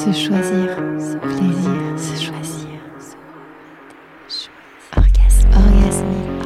Se choisir, se plaisir, se choisir. Orgasme, orgasmique.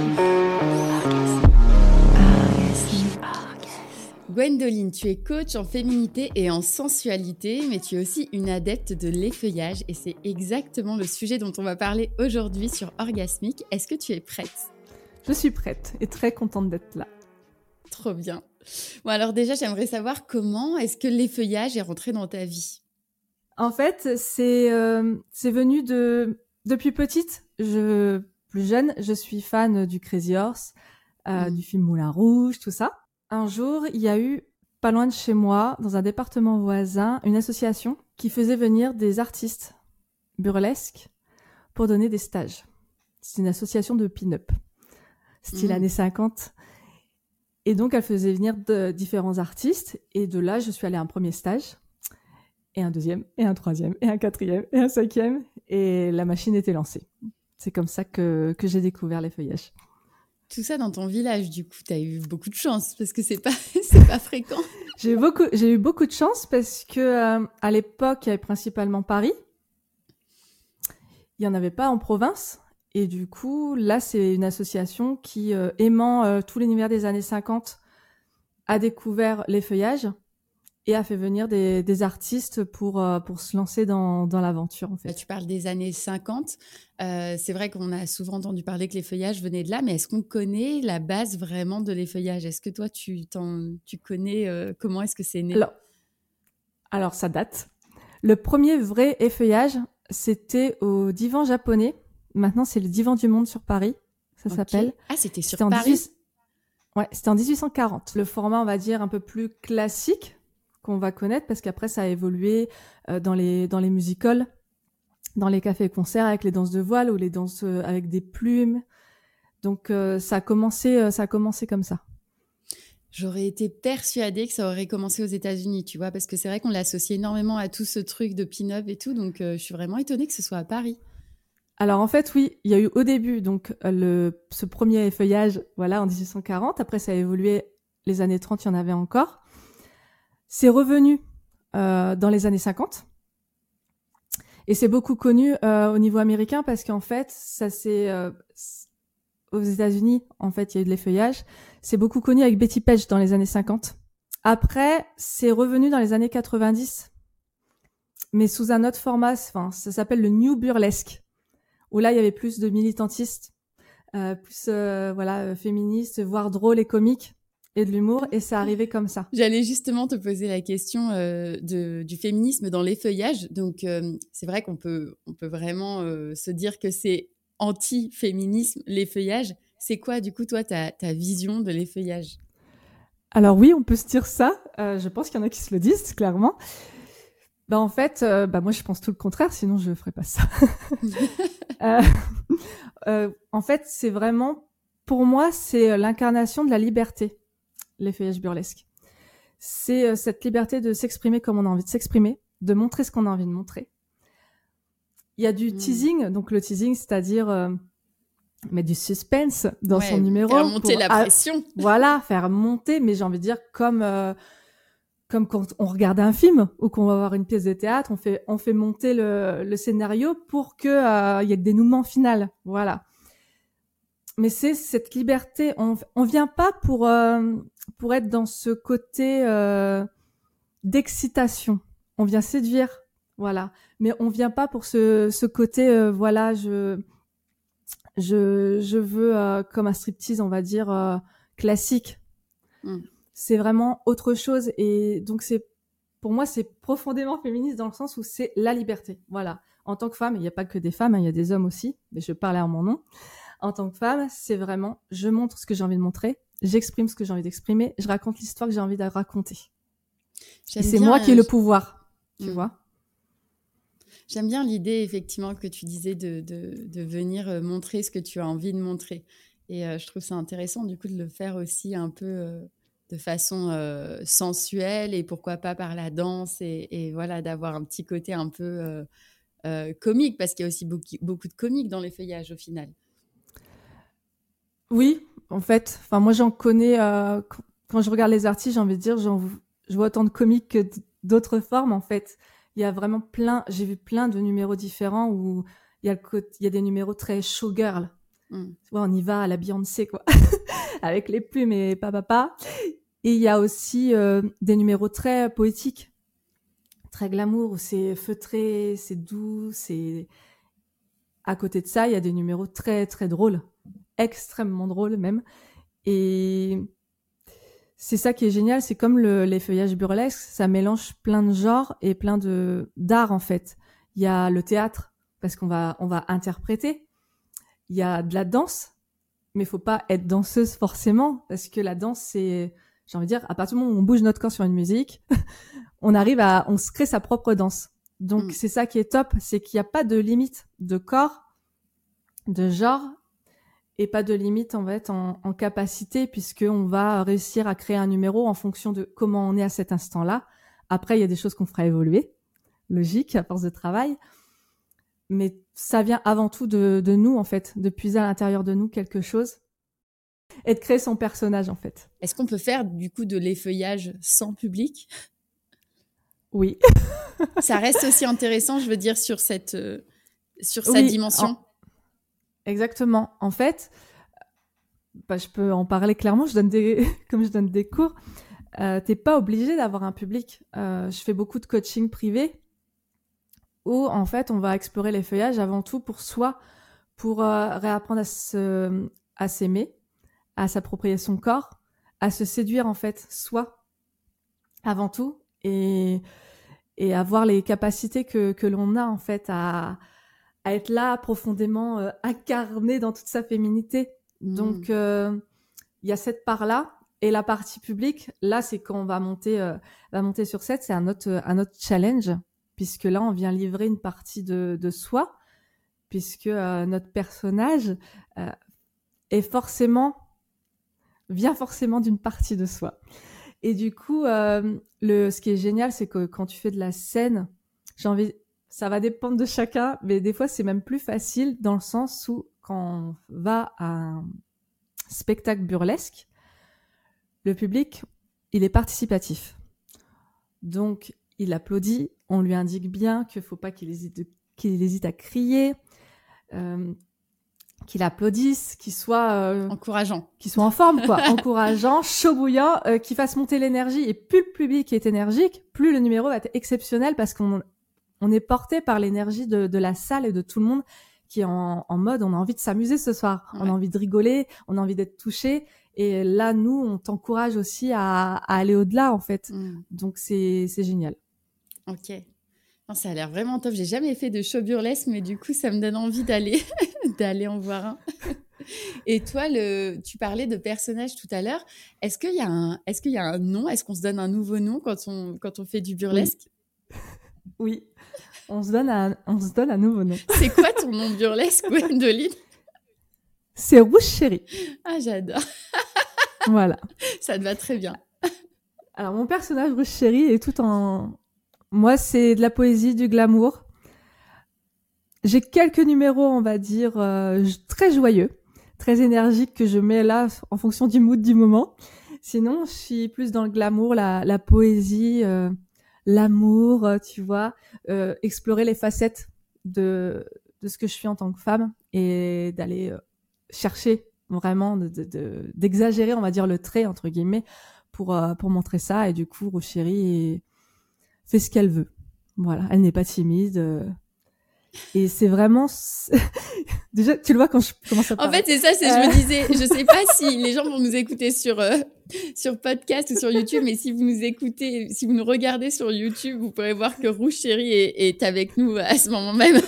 Orgasme, orgasme. Gwendoline, tu es coach en féminité et en sensualité, mais tu es aussi une adepte de l'effeuillage et c'est exactement le sujet dont on va parler aujourd'hui sur Orgasmique. Est-ce que tu es prête ? Je suis prête et très contente d'être là. Trop bien. Bon, alors déjà, j'aimerais savoir comment est-ce que l'effeuillage est rentré dans ta vie ? En fait, c'est venu depuis petite. Plus jeune, je suis fan du Crazy Horse, du film Moulin Rouge, tout ça. Un jour, il y a eu, pas loin de chez moi, dans un département voisin, une association qui faisait venir des artistes burlesques pour donner des stages. C'est une association de pin-up, style années 50. Et donc, elle faisait venir différents artistes. Et de là, je suis allée à un premier stage, et un deuxième, et un troisième, et un quatrième, et un cinquième. Et la machine était lancée. C'est comme ça que j'ai découvert l'effeuillage. Tout ça dans ton village, du coup, tu as eu beaucoup de chance, parce que c'est pas fréquent. J'ai eu beaucoup de chance, parce que à l'époque, il y avait principalement Paris. Il n'y en avait pas en province. Et du coup, là, c'est une association qui, aimant tout l'univers des années 50, a découvert l'effeuillage et a fait venir des artistes pour se lancer dans l'aventure, en fait. Tu parles des années 50. C'est vrai qu'on a souvent entendu parler que l'effeuillage venait de là, mais est-ce qu'on connaît la base vraiment de l'effeuillage ? Est-ce que toi, tu connais comment est-ce que c'est né ? Alors, ça date. Le premier vrai effeuillage, c'était au divan japonais. Maintenant, c'est le Divan du Monde sur Paris, ça s'appelle. Ah, c'était sur Paris ? Ouais, c'était en 1840. Le format, on va dire, un peu plus classique qu'on va connaître, parce qu'après, ça a évolué dans les music-halls, dans les cafés-concerts avec les danses de voile ou les danses avec des plumes. Donc, ça a commencé comme ça. J'aurais été persuadée que ça aurait commencé aux États-Unis, tu vois, parce que c'est vrai qu'on l'associe énormément à tout ce truc de pin-up et tout, donc je suis vraiment étonnée que ce soit à Paris. Alors en fait, oui, il y a eu au début donc ce premier effeuillage, voilà, en 1840. Après, ça a évolué. Les années 30, il y en avait encore. C'est revenu dans les années 50. Et c'est beaucoup connu au niveau américain, parce qu'en fait, ça c'est aux États-Unis, en fait, il y a eu de l'effeuillage. C'est beaucoup connu avec Betty Page dans les années 50. Après, c'est revenu dans les années 90, mais sous un autre format. Enfin, ça s'appelle le New Burlesque, où là, il y avait plus de militantistes, plus féministes, voire drôles et comiques, et de l'humour, et ça arrivait comme ça. J'allais justement te poser la question du féminisme dans l'effeuillage. Donc, c'est vrai qu'on peut vraiment se dire que c'est anti-féminisme, l'effeuillage. C'est quoi, du coup, toi, ta vision de l'effeuillage ? Alors oui, on peut se dire ça. Je pense qu'il y en a qui se le disent, clairement. En fait, moi, je pense tout le contraire, sinon je ferais pas ça. En fait, c'est vraiment, pour moi, c'est l'incarnation de la liberté, l'effeuillage burlesque. C'est cette liberté de s'exprimer comme on a envie de s'exprimer, de montrer ce qu'on a envie de montrer. Il y a du teasing, donc le teasing, c'est-à-dire mettre du suspense dans son numéro. Faire monter la pression. Voilà, faire monter, mais j'ai envie de dire comme quand on regarde un film ou qu'on va voir une pièce de théâtre, on fait monter le scénario pour que y ait le dénouement final. Voilà. Mais c'est cette liberté. On vient pas pour être dans ce côté d'excitation. On vient séduire, voilà. Mais on vient pas pour ce côté je veux comme un striptease, on va dire classique. C'est vraiment autre chose, et donc pour moi c'est profondément féministe dans le sens où c'est la liberté. Voilà. En tant que femme, il n'y a pas que des femmes, il y a des hommes aussi, mais je parlais en mon nom. En tant que femme, c'est vraiment, je montre ce que j'ai envie de montrer, j'exprime ce que j'ai envie d'exprimer, je raconte l'histoire que j'ai envie de raconter. Et c'est moi qui ai le pouvoir, tu vois. J'aime bien l'idée, effectivement, que tu disais de venir montrer ce que tu as envie de montrer. Et je trouve ça intéressant, du coup, de le faire aussi un peu de façon sensuelle, et pourquoi pas par la danse, et voilà, d'avoir un petit côté un peu comique, parce qu'il y a aussi beaucoup de comiques dans l'effeuillage, au final. Oui, en fait, moi j'en connais, quand je regarde les artistes, j'ai envie de dire, je vois autant de comiques que d'autres formes, en fait. il y a vraiment j'ai vu plein de numéros différents où il y a des numéros très showgirl. Tu vois, on y va à la Beyoncé, quoi. Avec les plumes et papa. Et il y a aussi des numéros très poétiques, très glamour, où c'est feutré, c'est doux, c'est... À côté de ça, il y a des numéros très, très drôles, extrêmement drôles même. Et c'est ça qui est génial, c'est comme les feuillages burlesques, ça mélange plein de genres et plein d'art, en fait. Il y a le théâtre, parce on va interpréter. Il y a de la danse, mais faut pas être danseuse forcément, parce que la danse, c'est, j'ai envie de dire, à partir du moment où on bouge notre corps sur une musique, on se crée sa propre danse. Donc c'est ça qui est top, c'est qu'il n'y a pas de limite de corps, de genre, et pas de limite en fait en capacité, puisqu'on va réussir à créer un numéro en fonction de comment on est à cet instant-là. Après, il y a des choses qu'on fera évoluer, logique, à force de travail. Mais ça vient avant tout de nous, en fait, de puiser à l'intérieur de nous quelque chose et de créer son personnage, en fait. Est-ce qu'on peut faire, du coup, de l'effeuillage sans public ? Oui. Ça reste aussi intéressant, je veux dire, sur cette dimension. Exactement. En fait, je peux en parler clairement, comme je donne des cours, t'es pas obligé d'avoir un public. Je fais beaucoup de coaching privé où, en fait, on va explorer les feuillages avant tout pour soi, pour réapprendre à s'aimer, à s'approprier son corps, à se séduire, en fait, soi, avant tout, et avoir les capacités que l'on a, en fait, à être là, profondément incarné dans toute sa féminité. Donc, il y a cette part-là. Et la partie publique, là, c'est quand on va monter sur scène, c'est un autre challenge, puisque là, on vient livrer une partie de soi, puisque notre personnage vient forcément d'une partie de soi. Et du coup, ce qui est génial, c'est que quand tu fais de la scène, ça va dépendre de chacun, mais des fois, c'est même plus facile dans le sens où quand on va à un spectacle burlesque, le public, il est participatif. Donc, il applaudit, on lui indique bien qu'il ne faut pas qu'il hésite à crier, qu'il applaudisse, qu'il soit encourageant, qu'il soit en forme, quoi, encourageant, chaud bouillant, qu'il fasse monter l'énergie. Et plus le public est énergique, plus le numéro va être exceptionnel, parce qu'on est porté par l'énergie de la salle et de tout le monde qui est en mode on a envie de s'amuser ce soir, on a envie de rigoler, on a envie d'être touché. Et là, nous, on t'encourage aussi à aller au-delà, en fait. Donc, c'est génial. Ok. Non, ça a l'air vraiment top. J'ai jamais fait de show burlesque, mais du coup, ça me donne envie d'aller en voir un. Et toi, tu parlais de personnages tout à l'heure. Est-ce qu'il y a un nom ? Est-ce qu'on se donne un nouveau nom quand on fait du burlesque ? Oui. On se donne un nouveau nom. C'est quoi ton nom burlesque, Gwendoline ? C'est Rouge Chérie. Ah, j'adore. Voilà. Ça te va très bien. Alors, mon personnage Rouge Chérie est tout en... Moi, c'est de la poésie, du glamour. J'ai quelques numéros, on va dire, très joyeux, très énergiques que je mets là en fonction du mood du moment. Sinon, je suis plus dans le glamour, la poésie, l'amour, tu vois, explorer les facettes de ce que je suis en tant que femme et d'aller chercher vraiment d'exagérer, on va dire, le trait, entre guillemets, pour montrer ça. Et du coup, Rouge Chérie fait ce qu'elle veut. Voilà, elle n'est pas timide. Et c'est vraiment... Déjà, tu le vois quand je commence à parler. En fait, c'est ça, je me disais, je sais pas si les gens vont nous écouter sur podcast ou sur YouTube, mais si vous nous regardez sur YouTube, vous pourrez voir que Rouge Chérie est avec nous à ce moment même.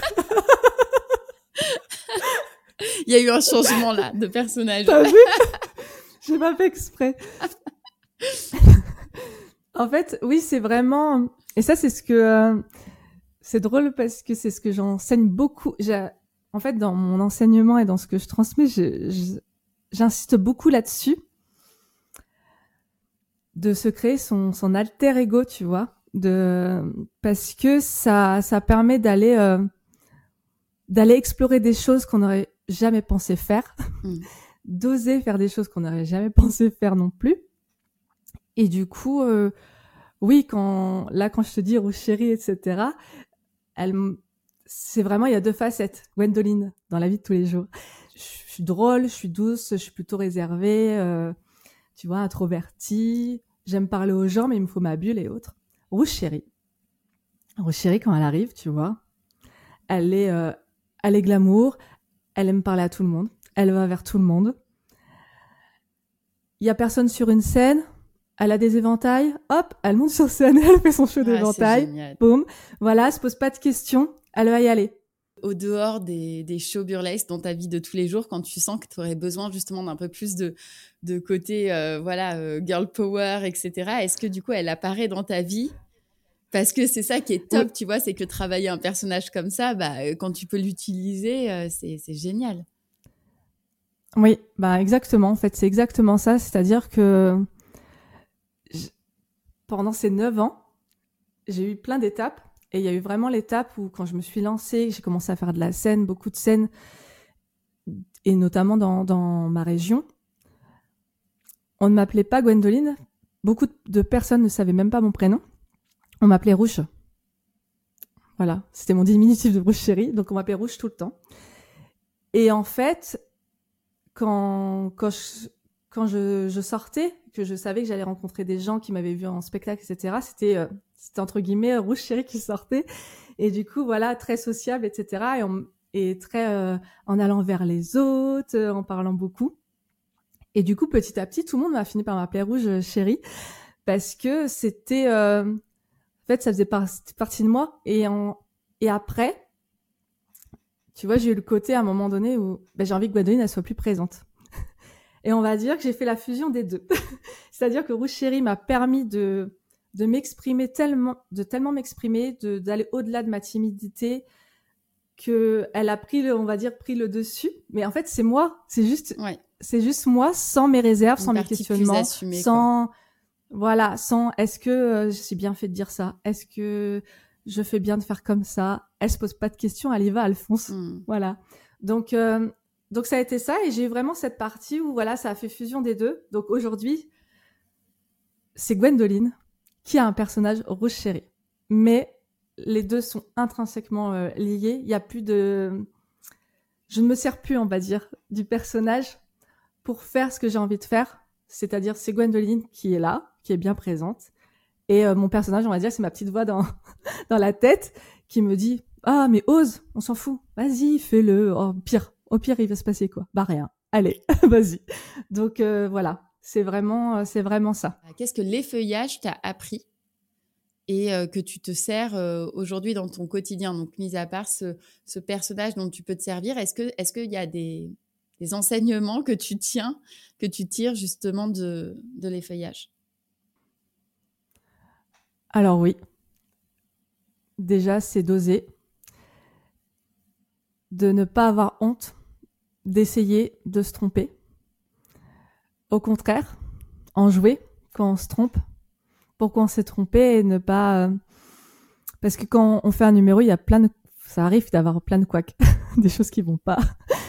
Il y a eu un changement là de personnage. T'as vu ? J'ai pas fait exprès. En fait, oui, c'est vraiment... Et ça, c'est ce que... C'est drôle parce que c'est ce que j'enseigne beaucoup. En fait, dans mon enseignement et dans ce que je transmets, j'insiste beaucoup là-dessus. De se créer son alter ego, tu vois. Parce que ça permet d'aller explorer des choses qu'on n'aurait jamais pensé faire. D'oser faire des choses qu'on n'aurait jamais pensé faire non plus. Et du coup, oui, quand je te dis Rouge Chérie, etc., c'est vraiment, il y a deux facettes. Gwendoline, dans la vie de tous les jours. Je suis drôle, je suis douce, je suis plutôt réservée, tu vois, introvertie. J'aime parler aux gens, mais il me faut ma bulle et autres. Rouge Chérie. Rouge Chérie, quand elle arrive, tu vois, elle est glamour, elle aime parler à tout le monde, elle va vers tout le monde. Il y a personne sur une scène, elle a des éventails, hop, elle monte sur scène, elle fait son show d'éventail, boum, voilà, elle se pose pas de questions, elle va y aller. Au dehors des shows burlesques dans ta vie de tous les jours, quand tu sens que tu aurais besoin justement d'un peu plus de côté girl power, etc., est-ce que du coup elle apparaît dans ta vie? Parce que c'est ça qui est top, tu vois, c'est que travailler un personnage comme ça, quand tu peux l'utiliser, c'est génial. Oui, exactement. En fait, c'est exactement ça. C'est-à-dire que pendant ces 9 ans, j'ai eu plein d'étapes. Et il y a eu vraiment l'étape où, quand je me suis lancée, j'ai commencé à faire de la scène, beaucoup de scènes, et notamment dans ma région. On ne m'appelait pas Gwendoline. Beaucoup de personnes ne savaient même pas mon prénom. On m'appelait Rouge. Voilà, c'était mon diminutif de Rouge Chérie, donc on m'appelait Rouge tout le temps. Et en fait, quand je sortais, que je savais que j'allais rencontrer des gens qui m'avaient vu en spectacle, etc., c'était entre guillemets Rouge Chérie qui sortait. Et du coup, voilà, très sociable, etc. Et très en allant vers les autres, en parlant beaucoup. Et du coup, petit à petit, tout le monde m'a fini par m'appeler Rouge Chérie, parce que c'était... en fait, ça faisait partie de moi. Et après, tu vois, j'ai eu le côté à un moment donné où j'ai envie que Gwendoline elle soit plus présente. Et on va dire que j'ai fait la fusion des deux. C'est-à-dire que Rouge Chérie m'a permis de m'exprimer tellement m'exprimer, d'aller au-delà de ma timidité, que elle a pris le dessus. Mais en fait, c'est moi. C'est juste moi, sans mes réserves, sans mes questionnements, sans... Voilà, sans est-ce que je suis bien fait de dire ça? Est-ce que je fais bien de faire comme ça? Elle se pose pas de questions, elle y va, elle fonce. Voilà. Donc ça a été ça, et j'ai eu vraiment cette partie où voilà, ça a fait fusion des deux. Donc aujourd'hui, c'est Gwendoline qui a un personnage Rouge Chérie. Mais les deux sont intrinsèquement liés. Il y a plus de... Je ne me sers plus, on va dire, du personnage pour faire ce que j'ai envie de faire. C'est-à-dire, c'est Gwendoline qui est là, qui est bien présente. Et mon personnage, on va dire, c'est ma petite voix dans la tête qui me dit « Ah, mais ose, on s'en fout. Vas-y, fais-le. Au pire, il va se passer quoi? Rien. Allez, vas-y. » Donc voilà, c'est vraiment ça. Qu'est-ce que l'effeuillage t'a appris et que tu te sers aujourd'hui dans ton quotidien? Donc, mis à part ce personnage dont tu peux te servir, est-ce qu'il y a des enseignements que tu tires justement de l'effeuillage? Alors oui. Déjà, c'est d'oser. De ne pas avoir honte. D'essayer de se tromper. Au contraire, en jouer quand on se trompe. Pourquoi on s'est trompé, et ne pas... Parce que quand on fait un numéro, il y a ça arrive d'avoir plein de couacs. Des choses qui vont pas.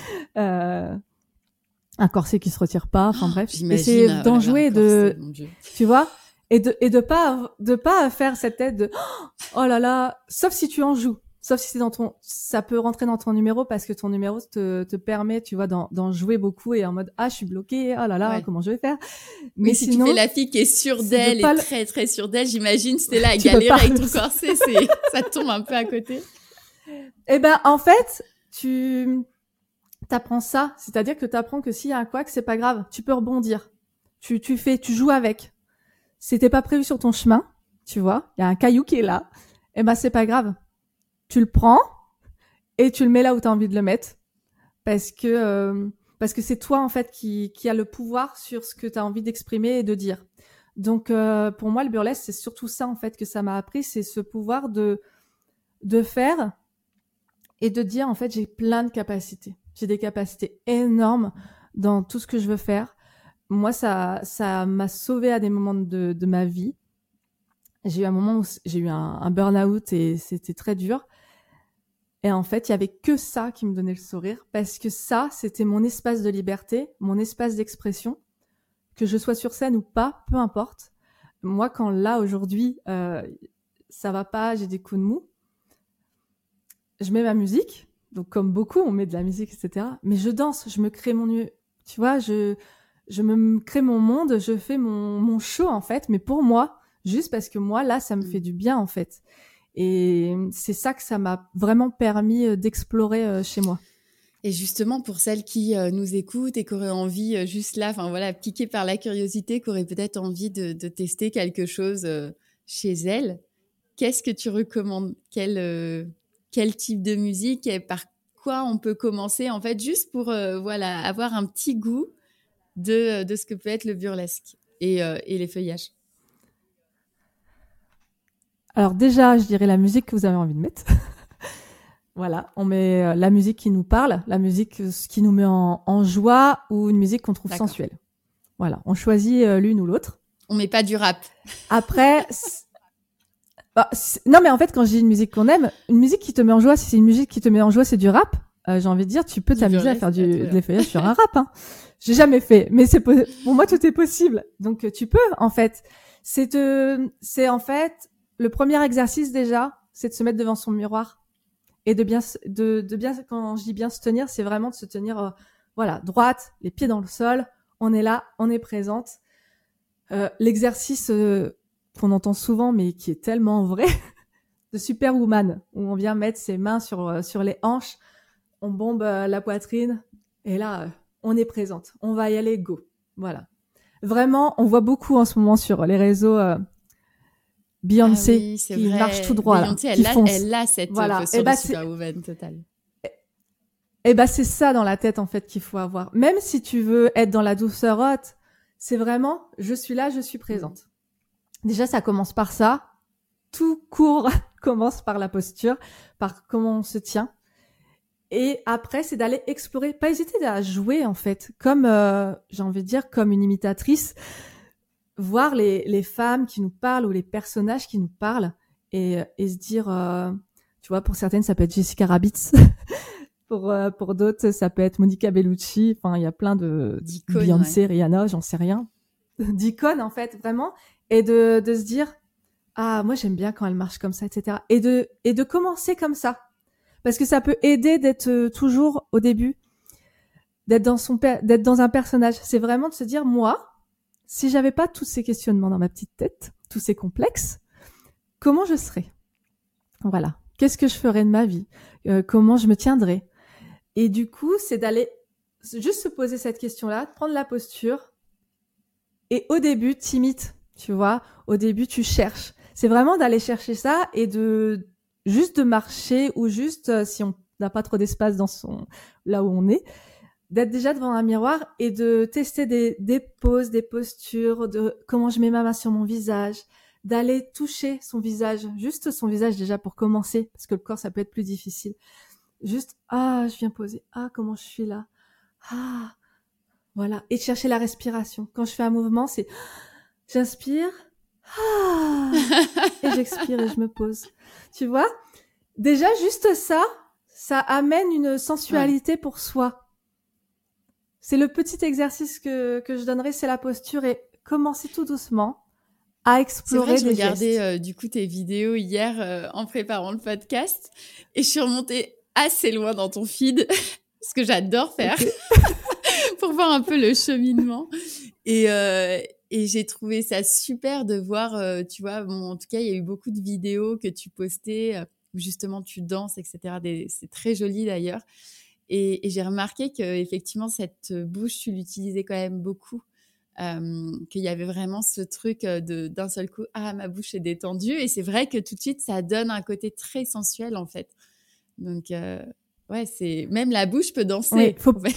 Un corset qui se retire pas, enfin bref. Et c'est d'en jouer, tu vois, et de pas faire cette tête de oh là là, sauf si tu en joues, sauf si c'est ça peut rentrer dans ton numéro, parce que ton numéro te permet, tu vois, d'en jouer beaucoup, et en mode je suis bloquée, oh là là, comment je vais faire? Mais si sinon, tu fais la fille qui est sûre d'elle et très très sûre d'elle, j'imagine c'était là à galérer avec ton corset, ça tombe un peu à côté. Eh en fait, t'apprends ça, c'est-à-dire que t'apprends que s'il y a un couac, c'est pas grave, tu peux rebondir. Tu joues avec. C'était pas prévu sur ton chemin, tu vois, il y a un caillou qui est là, c'est pas grave. Tu le prends et tu le mets là où t'as envie de le mettre, parce que c'est toi en fait qui a le pouvoir sur ce que t'as envie d'exprimer et de dire. Donc pour moi, le burlesque, c'est surtout ça en fait que ça m'a appris, c'est ce pouvoir de faire et de dire en fait j'ai plein de capacités. J'ai des capacités énormes dans tout ce que je veux faire. Moi, ça m'a sauvée à des moments de ma vie. J'ai eu un moment où j'ai eu un burn-out, et c'était très dur. Et en fait, il y avait que ça qui me donnait le sourire, parce que ça, c'était mon espace de liberté, mon espace d'expression. Que je sois sur scène ou pas, peu importe. moi, quand là, aujourd'hui, ça va pas, j'ai des coups de mou, je mets ma musique. Donc, comme beaucoup, on met de la musique, etc. Mais je danse, je me crée tu vois, je me crée mon monde, je fais mon show, en fait, mais pour moi, juste parce que moi, là, ça me fait du bien, en fait. Et c'est ça que ça m'a vraiment permis d'explorer chez moi. Et justement, pour celles qui nous écoutent et qui auraient envie, juste là, enfin voilà, piquées par la curiosité, qui auraient peut-être envie de tester quelque chose chez elles, qu'est-ce que tu recommandes? Quel type de musique et par quoi on peut commencer, en fait, juste pour voilà, avoir un petit goût de ce que peut être le burlesque et les feuillages? Alors déjà, je dirais la musique que vous avez envie de mettre. Voilà, on met la musique qui nous parle, la musique qui nous met en joie ou une musique qu'on trouve sensuelle. Voilà, on choisit l'une ou l'autre. On met pas du rap. Après, non mais en fait, quand je dis une musique qu'on aime, une musique qui te met en joie, si c'est une musique qui te met en joie, c'est du rap. J'ai envie de dire, tu peux t'amuser à faire de l'effeuillage sur un rap. Hein. J'ai jamais fait, mais pour moi tout est possible. Donc tu peux en fait. C'est en fait le premier exercice déjà, c'est de se mettre devant son miroir. Et de bien, quand je dis bien se tenir, c'est vraiment de se tenir, voilà, droite, les pieds dans le sol. On est là, on est présente. L'exercice qu'on entend souvent, mais qui est tellement vrai, de Superwoman, où on vient mettre ses mains sur les hanches, on bombe la poitrine, et là, on est présente. On va y aller, go. Voilà. Vraiment, on voit beaucoup en ce moment sur les réseaux. Beyoncé qui marche tout droit Beyoncé, là, elle a cette posture de Superwoman totale. Et c'est ça dans la tête en fait qu'il faut avoir. Même si tu veux être dans la douceur haute, c'est vraiment je suis là, je suis présente. Déjà ça commence par ça. Tout court commence par la posture, par comment on se tient. Et après c'est d'aller explorer, pas hésiter à jouer en fait, comme j'ai envie de dire comme une imitatrice. Voir les femmes qui nous parlent ou les personnages qui nous parlent et se dire, tu vois, pour certaines, ça peut être Jessica Rabbit. pour d'autres, ça peut être Monica Bellucci. Enfin, il y a plein d'icônes, Beyoncé, Rihanna, j'en sais rien. D'icônes, en fait, vraiment. Et de se dire, ah, moi, j'aime bien quand elle marche comme ça, etc. Et de commencer comme ça. Parce que ça peut aider d'être toujours, au début, d'être dans un personnage. C'est vraiment de se dire, moi, si j'avais pas tous ces questionnements dans ma petite tête, tous ces complexes, comment je serais? Voilà. Qu'est-ce que je ferais de ma vie? Comment je me tiendrais? Et du coup, c'est d'aller juste se poser cette question-là, prendre la posture. Et au début, t'imites, tu vois. Au début, tu cherches. C'est vraiment d'aller chercher ça et juste de marcher ou juste, si on n'a pas trop d'espace là où on est, d'être déjà devant un miroir et de tester des poses, des postures, de comment je mets ma main sur mon visage, d'aller toucher son visage, juste son visage déjà pour commencer, parce que le corps, ça peut être plus difficile. Juste, je viens poser, comment je suis là, voilà. Et de chercher la respiration. Quand je fais un mouvement, c'est, j'inspire, et j'expire et je me pose. Tu vois? Déjà, juste ça amène une sensualité pour soi. C'est le petit exercice que je donnerais, c'est la posture et commencer tout doucement à explorer des gestes. C'est vrai que je regardais du coup tes vidéos hier en préparant le podcast et je suis remontée assez loin dans ton feed, ce que j'adore faire, pour voir un peu le cheminement. Et j'ai trouvé ça super de voir, tu vois, en tout cas, il y a eu beaucoup de vidéos que tu postais où justement tu danses, etc. C'est très joli d'ailleurs. Et j'ai remarqué qu'effectivement, cette bouche, tu l'utilisais quand même beaucoup. Qu'il y avait vraiment ce truc d'un seul coup, ma bouche est détendue. Et c'est vrai que tout de suite, ça donne un côté très sensuel, en fait. Donc, c'est même la bouche peut danser. Oui,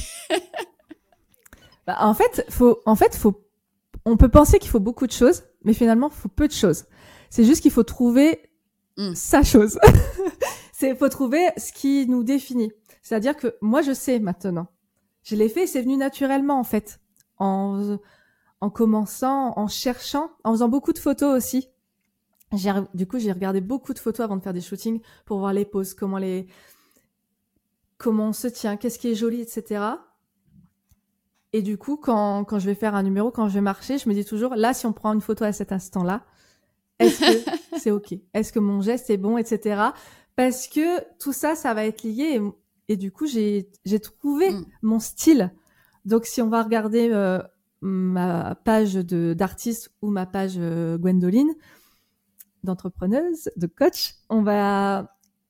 en fait, on peut penser qu'il faut beaucoup de choses, mais finalement, il faut peu de choses. C'est juste qu'il faut trouver sa chose. Il faut trouver ce qui nous définit. C'est-à-dire que moi, je sais maintenant. Je l'ai fait, c'est venu naturellement, en fait. En commençant, en cherchant, en faisant beaucoup de photos aussi. Du coup, j'ai regardé beaucoup de photos avant de faire des shootings pour voir les poses, comment on se tient, qu'est-ce qui est joli, etc. Et du coup, quand je vais faire un numéro, quand je vais marcher, je me dis toujours, là, si on prend une photo à cet instant-là, est-ce que c'est OK? Est-ce que mon geste est bon, etc. Parce que tout ça, ça va être lié. Et du coup, j'ai trouvé mon style. Donc, si on va regarder ma page d'artiste ou ma page Gwendoline, d'entrepreneuse, de coach, on va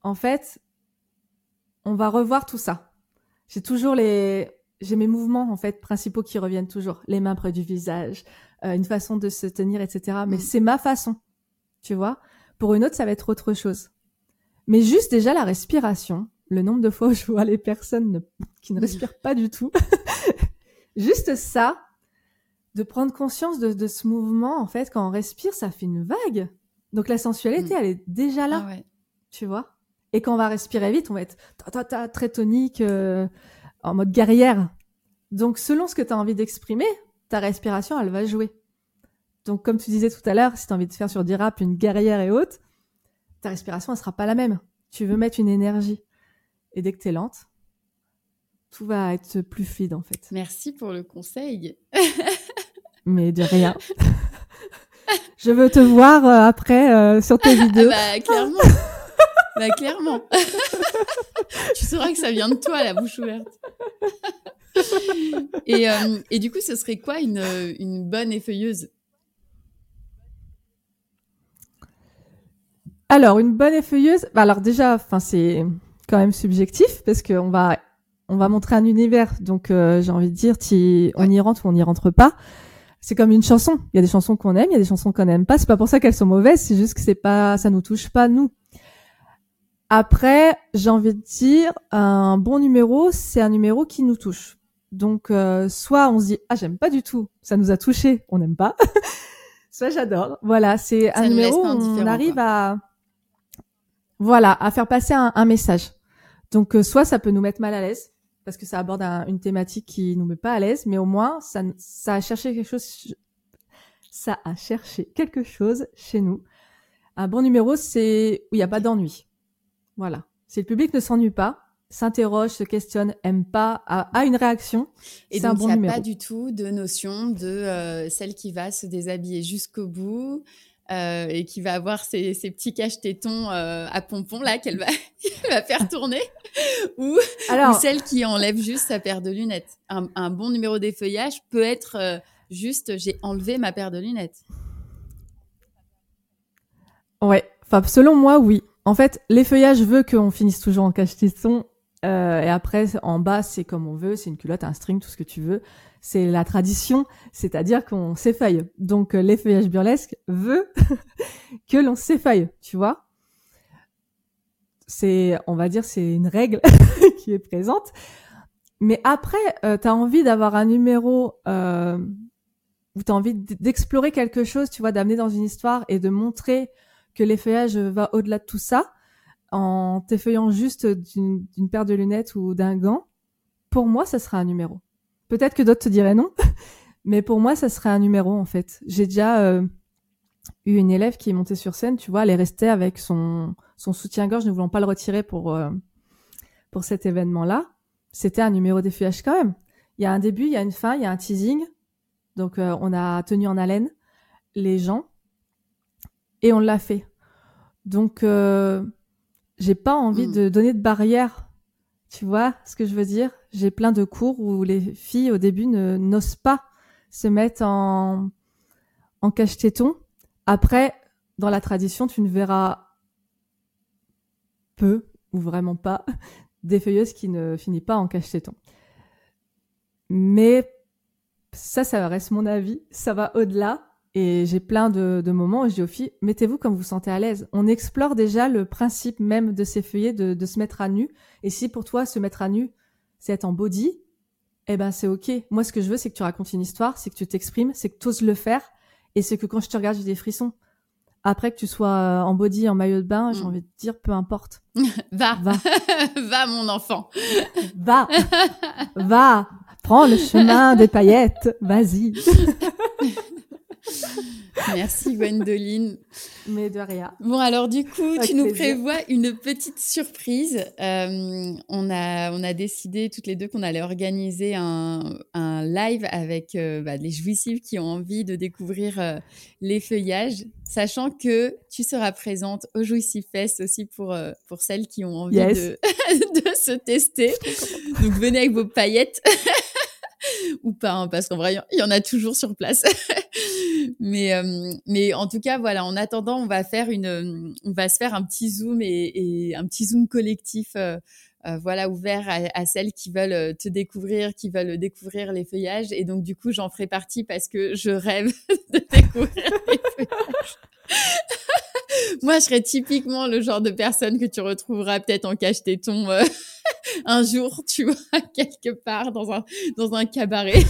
revoir tout ça. J'ai mes mouvements en fait principaux qui reviennent toujours, les mains près du visage, une façon de se tenir, etc. Mais c'est ma façon, tu vois. Pour une autre, ça va être autre chose. Mais juste déjà la respiration, le nombre de fois où je vois les personnes qui ne respirent pas du tout, juste ça, de prendre conscience de ce mouvement, en fait, quand on respire, ça fait une vague. Donc la sensualité, elle est déjà là, tu vois. Et quand on va respirer vite, on va être très tonique, en mode guerrière. Donc selon ce que tu as envie d'exprimer, ta respiration, elle va jouer. Donc comme tu disais tout à l'heure, si tu as envie de faire sur 10 raps une guerrière et haute, ta respiration, elle sera pas la même. Tu veux mettre une énergie. Et dès que t'es lente, tout va être plus fluide, en fait. Merci pour le conseil. Mais de rien. Je veux te voir après sur tes vidéos. Clairement. Clairement. Tu sauras que ça vient de toi, la bouche ouverte. Et du coup, ce serait quoi une bonne effeuilleuse? Alors, une bonne effeuilleuse, alors déjà, c'est quand même subjectif parce qu'on va montrer un univers. Donc, j'ai envie de dire, on y rentre ou on n'y rentre pas. C'est comme une chanson. Il y a des chansons qu'on aime, il y a des chansons qu'on n'aime pas. C'est pas pour ça qu'elles sont mauvaises, c'est juste que ça nous touche pas, nous. Après, j'ai envie de dire, un bon numéro, c'est un numéro qui nous touche. Donc, soit on se dit, j'aime pas du tout, ça nous a touché, on n'aime pas. Soit j'adore. Voilà, c'est un numéro où on arrive à faire passer un message. Donc, soit ça peut nous mettre mal à l'aise, parce que ça aborde une thématique qui nous met pas à l'aise, mais au moins, ça a cherché quelque chose, chez nous. Un bon numéro, c'est où il n'y a pas d'ennui. Voilà. Si le public ne s'ennuie pas, s'interroge, se questionne, aime pas, a une réaction, et c'est un bon numéro. Et donc, il n'y a pas du tout de notion de celle qui va se déshabiller jusqu'au bout et qui va avoir ses petits cache-tétons à pompons, là, qu'elle va faire tourner, ou celle qui enlève juste sa paire de lunettes. Un bon numéro d'effeuillage peut être juste « j'ai enlevé ma paire de lunettes ». Ouais, selon moi, oui. En fait, l'effeuillage veut qu'on finisse toujours en cache-téton. Et après, en bas, c'est comme on veut. C'est une culotte, un string, tout ce que tu veux. C'est la tradition, c'est-à-dire qu'on s'effeuille. Donc, l'effeuillage burlesque veut que l'on s'effeuille, tu vois. On va dire, c'est une règle qui est présente. Mais après, t'as envie d'avoir un numéro où t'as envie d'explorer quelque chose, tu vois, d'amener dans une histoire et de montrer que l'effeuillage va au-delà de tout ça, en t'effeuillant juste d'une paire de lunettes ou d'un gant, pour moi, ça sera un numéro. Peut-être que d'autres te diraient non, mais pour moi, ça serait un numéro, en fait. J'ai déjà eu une élève qui est montée sur scène, tu vois, elle est restée avec son soutien-gorge, ne voulant pas le retirer pour cet événement-là. C'était un numéro d'effeuillage quand même. Il y a un début, il y a une fin, il y a un teasing. Donc, on a tenu en haleine les gens et on l'a fait. Donc, j'ai pas envie de donner de barrière. Tu vois ce que je veux dire? J'ai plein de cours où les filles, au début, n'osent pas se mettre en cache-téton. Après, dans la tradition, tu ne verras peu ou vraiment pas d'effeuilleuse qui ne finit pas en cache-téton. Mais ça reste mon avis. Ça va au-delà. Et j'ai plein de moments où je dis aux filles, mettez-vous comme vous sentez à l'aise. On explore déjà le principe même de s'effeuiller, de se mettre à nu. Et si pour toi, se mettre à nu, c'est être en body, eh ben c'est OK. Moi, ce que je veux, c'est que tu racontes une histoire, c'est que tu t'exprimes, c'est que tu oses le faire. Et c'est que quand je te regarde, j'ai des frissons. Après que tu sois en body, en maillot de bain, j'ai envie de dire, peu importe. Va. Va, mon enfant. Va. Prends le chemin des paillettes. Vas-y. Merci Gwendoline. Mais de rien. Bon, alors du coup, Avec tu nous plaisir. prévois une petite surprise. On a décidé toutes les deux qu'on allait organiser un live avec les jouissifs qui ont envie de découvrir les feuillages, sachant que tu seras présente au Jouissif Fest aussi pour celles qui ont envie de se tester. Donc venez avec vos paillettes. Ou pas, hein, parce qu'en vrai, il y en a toujours sur place. mais en tout cas, voilà, en attendant, on va se faire un petit Zoom et un petit Zoom collectif, ouvert à celles qui veulent te découvrir, qui veulent découvrir les feuillages. Et donc, du coup, j'en ferai partie parce que je rêve de découvrir les feuillages. Moi, je serais typiquement le genre de personne que tu retrouveras peut-être en cache-téton un jour, tu vois, quelque part dans un cabaret.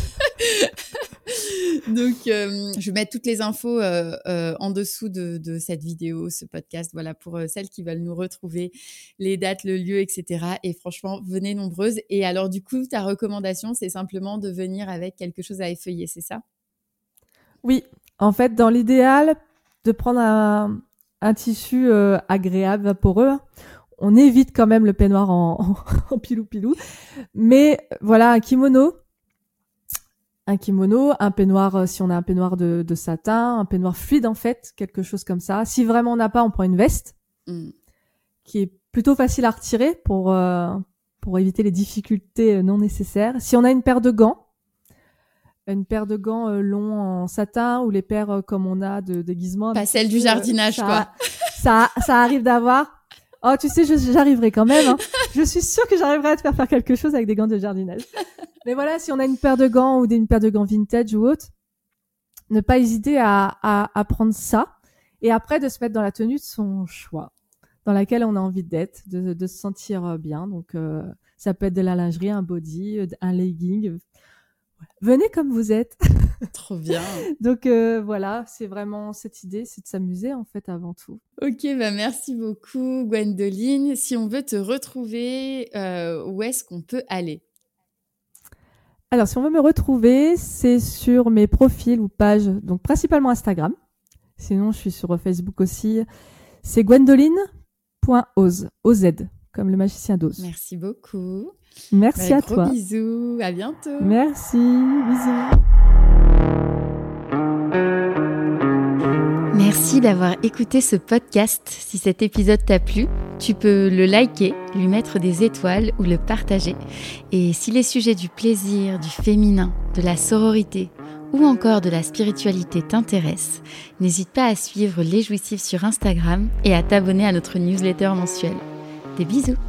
Donc, je vais mettre toutes les infos en dessous de cette vidéo, ce podcast, voilà, pour celles qui veulent nous retrouver, les dates, le lieu, etc. Et franchement, venez nombreuses. Et alors, du coup, ta recommandation, c'est simplement de venir avec quelque chose à effeuiller, c'est ça ? Oui, en fait, dans l'idéal, de prendre un tissu agréable, vaporeux. On évite quand même le peignoir en pilou-pilou. Mais voilà, un kimono, un peignoir, si on a un peignoir de satin, un peignoir fluide en fait, quelque chose comme ça. Si vraiment on n'a pas, on prend une veste qui est plutôt facile à retirer pour éviter les difficultés non nécessaires. Si on a une paire de gants longs en satin ou les paires comme on a de déguisement. Pas celle du jardinage, quoi. Ça arrive d'avoir. Oh, tu sais, j'arriverai quand même. Hein. Je suis sûre que j'arriverai à te faire quelque chose avec des gants de jardinage. Mais voilà, si on a une paire de gants ou une paire de gants vintage ou autre, ne pas hésiter à prendre ça. Et après, de se mettre dans la tenue de son choix, dans laquelle on a envie d'être, de se sentir bien. Donc, ça peut être de la lingerie, un body, un legging. Venez comme vous êtes. Trop bien. Donc voilà, c'est vraiment cette idée, c'est de s'amuser en fait avant tout. Ok, merci beaucoup Gwendoline. Si on veut te retrouver, où est-ce qu'on peut aller ? Alors si on veut me retrouver, c'est sur mes profils ou pages, donc principalement Instagram. Sinon, je suis sur Facebook aussi. C'est gwendoline.oz, OZ, comme le magicien d'Oz. Merci beaucoup. Merci à toi. Gros bisous, à bientôt. Merci, bisous. Merci d'avoir écouté ce podcast. Si cet épisode t'a plu, tu peux le liker, lui mettre des étoiles ou le partager. Et si les sujets du plaisir, du féminin, de la sororité ou encore de la spiritualité t'intéressent, n'hésite pas à suivre Les Jouissifs sur Instagram et à t'abonner à notre newsletter mensuelle. Des bisous!